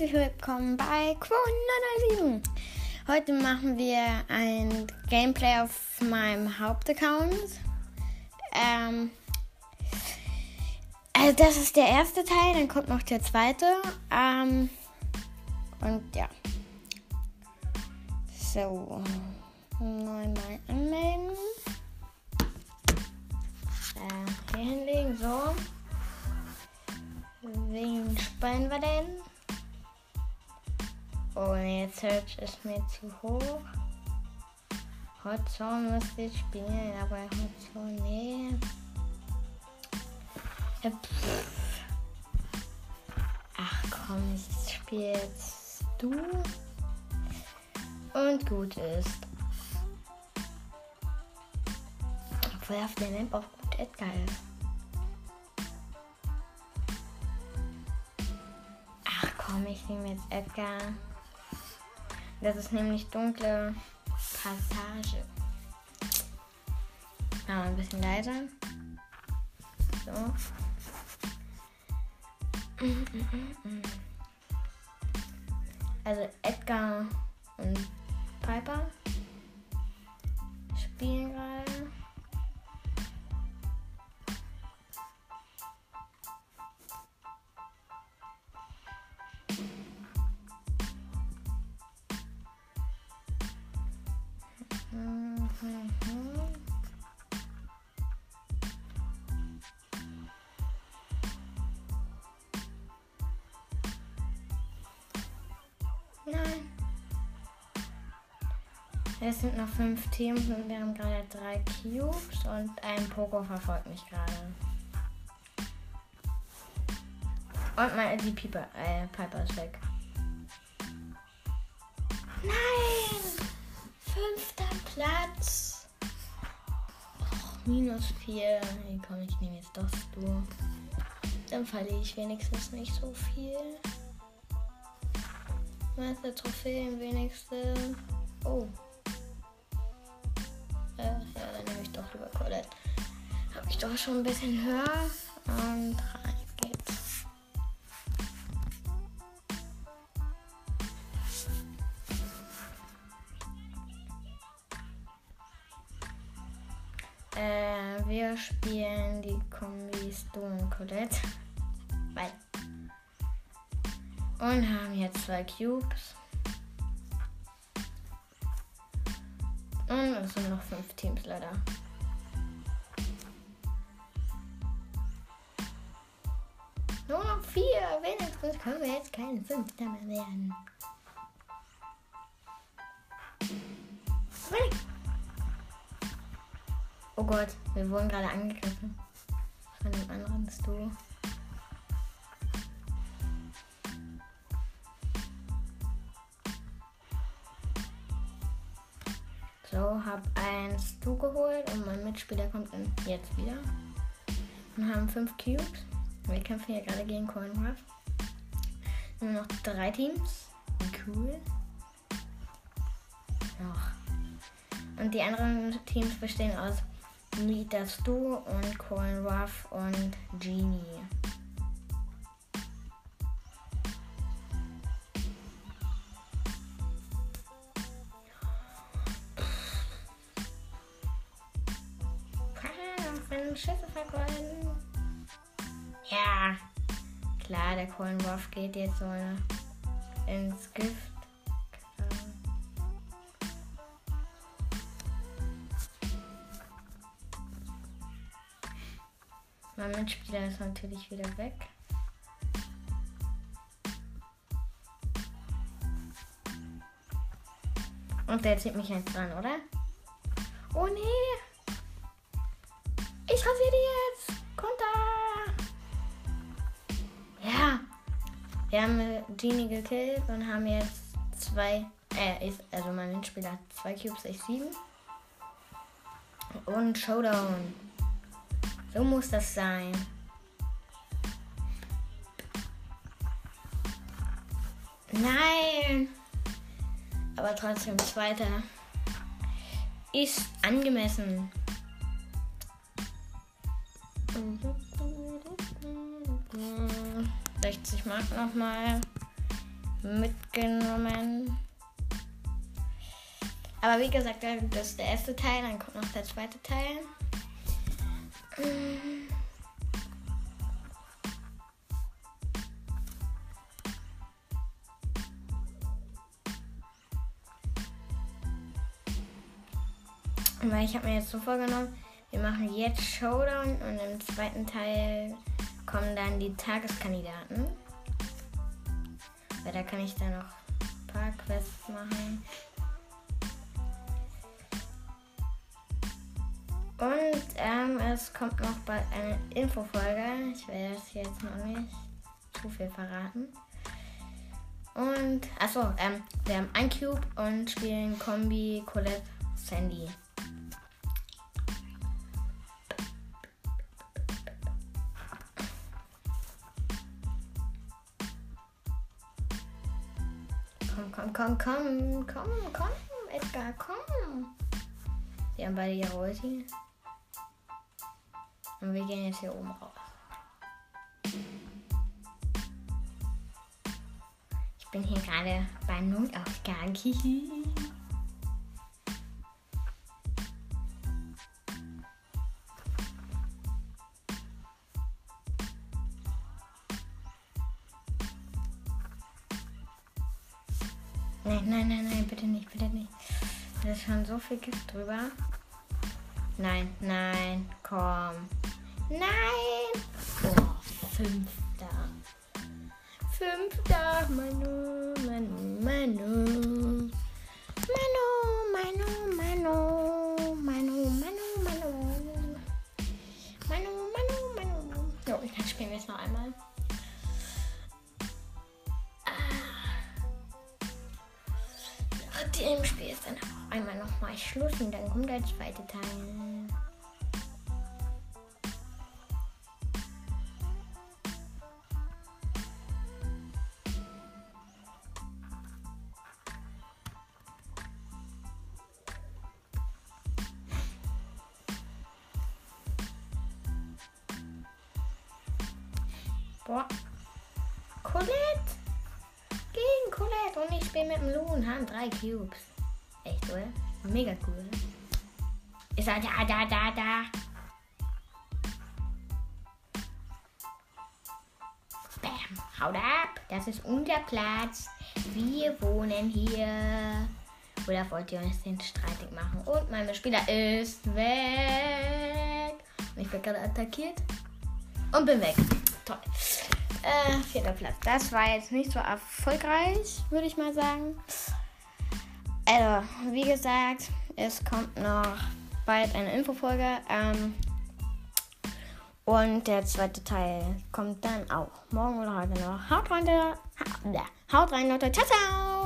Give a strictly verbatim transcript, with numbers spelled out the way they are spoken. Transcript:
herzlich willkommen bei Quo neun null sieben. Heute machen wir ein Gameplay auf meinem Hauptaccount. Ähm, also das ist der erste Teil, dann kommt noch der zweite. Ähm, und ja. So, neunmal anmelden. Äh, hier hinlegen, so. Wen spielen wir denn? Oh nee, Search ist mir zu hoch. Hot Zone müsste ich spielen, aber Hot Zone, nee. Ja, ach komm, ich spiele jetzt du. Und gut ist. Obwohl auf der Map auch gut Edgar ist. Komm, ich nehme jetzt Edgar. Das ist nämlich dunkle Passage. Ja, ein bisschen leiser. So. Also Edgar und Piper spielen gerade. Nein. Es sind noch fünf Teams und wir haben gerade drei Cubes und ein Poco verfolgt mich gerade. Und mal die Piper, äh, Piper ist weg. Nein! Fünfter Platz. Och, minus vier. Hey, komm, ich nehme jetzt das du. Dann verliere ich wenigstens nicht so viel. Meister Trophäen wenigstens. Oh. Äh, ja, dann nehme ich doch lieber Colette. Habe ich doch schon ein bisschen höher. Und rein geht's. Äh, wir spielen die Kombis Du und Colette. Weil. Und haben jetzt zwei Cubes. Und es sind noch fünf Teams leider. Nur noch vier. Wenigstens können wir jetzt keine Fünfter mehr werden. Oh Gott, wir wurden gerade angegriffen. Von dem anderen Duo. So, hab ein Stu geholt und mein Mitspieler kommt in jetzt wieder. Wir haben fünf Cubes. Wir kämpfen hier gerade gegen Coin Ruff. Nur noch drei Teams. Cool. Noch. Und die anderen Teams bestehen aus Nita Stu und Coin Ruff und Genie. Schüsse vergolden. Ja, klar, der Coin Ruff geht jetzt so ins Gift. Mein Mitspieler ist natürlich wieder weg. Und der zieht mich jetzt dran, oder? Oh nee! Ich rasiere die jetzt! Konter! Ja! Wir haben Genie gekillt und haben jetzt zwei, äh, ist, also mein Mitspieler hat zwei Cubes, ich sieben. Und Showdown. So muss das sein. Nein! Aber trotzdem, zweiter ist angemessen. sechzig Mark nochmal. mitgenommen. Aber wie gesagt, das ist der erste Teil, dann kommt noch der zweite Teil. Weil ich habe mir jetzt so vorgenommen, wir machen jetzt Showdown und im zweiten Teil kommen dann die Tageskandidaten. Weil da kann ich dann noch ein paar Quests machen. Und ähm, es kommt noch bald eine Infofolge. Ich werde das jetzt noch nicht zu viel verraten. Und, achso, ähm, wir haben ein Cube und spielen Kombi, Colette, Sandy. Komm, komm, komm, komm, komm, komm, Edgar, komm. Wir haben beide ihre Ulti. Und wir gehen jetzt hier oben raus. Ich bin hier gerade bei Notausgang. Nein, nein, nein, nein, bitte nicht, bitte nicht. Da ist schon so viel Gift drüber. Nein, nein, komm. Nein! Oh, fünfter. Fünfter. Manu, Manu, Manu. Manu, Manu, Manu. Manu, Manu, Manu. Manu, Manu, Manu. So, und dann spielen wir es noch einmal. Im Spiel ist dann auch einmal nochmal Schluss und dann kommt der zweite Teil. Boah. Colette! Gegen Colette und ich spiele mit dem Lu und haben drei Cubes. Echt, oder? Mega cool. Ist er da, da, da, da? Bam, haut ab. Das ist unser Platz. Wir wohnen hier. Oder wollt ihr uns den streitig machen? Und mein Spieler ist weg. Und ich bin gerade attackiert. Und bin weg. Toll. Äh, vierter Platz. Das war jetzt nicht so erfolgreich, würde ich mal sagen. Also, wie gesagt, es kommt noch bald eine Infofolge. Ähm, und der zweite Teil kommt dann auch morgen oder heute noch. Haut rein, Haut rein, Leute. Ciao, ciao!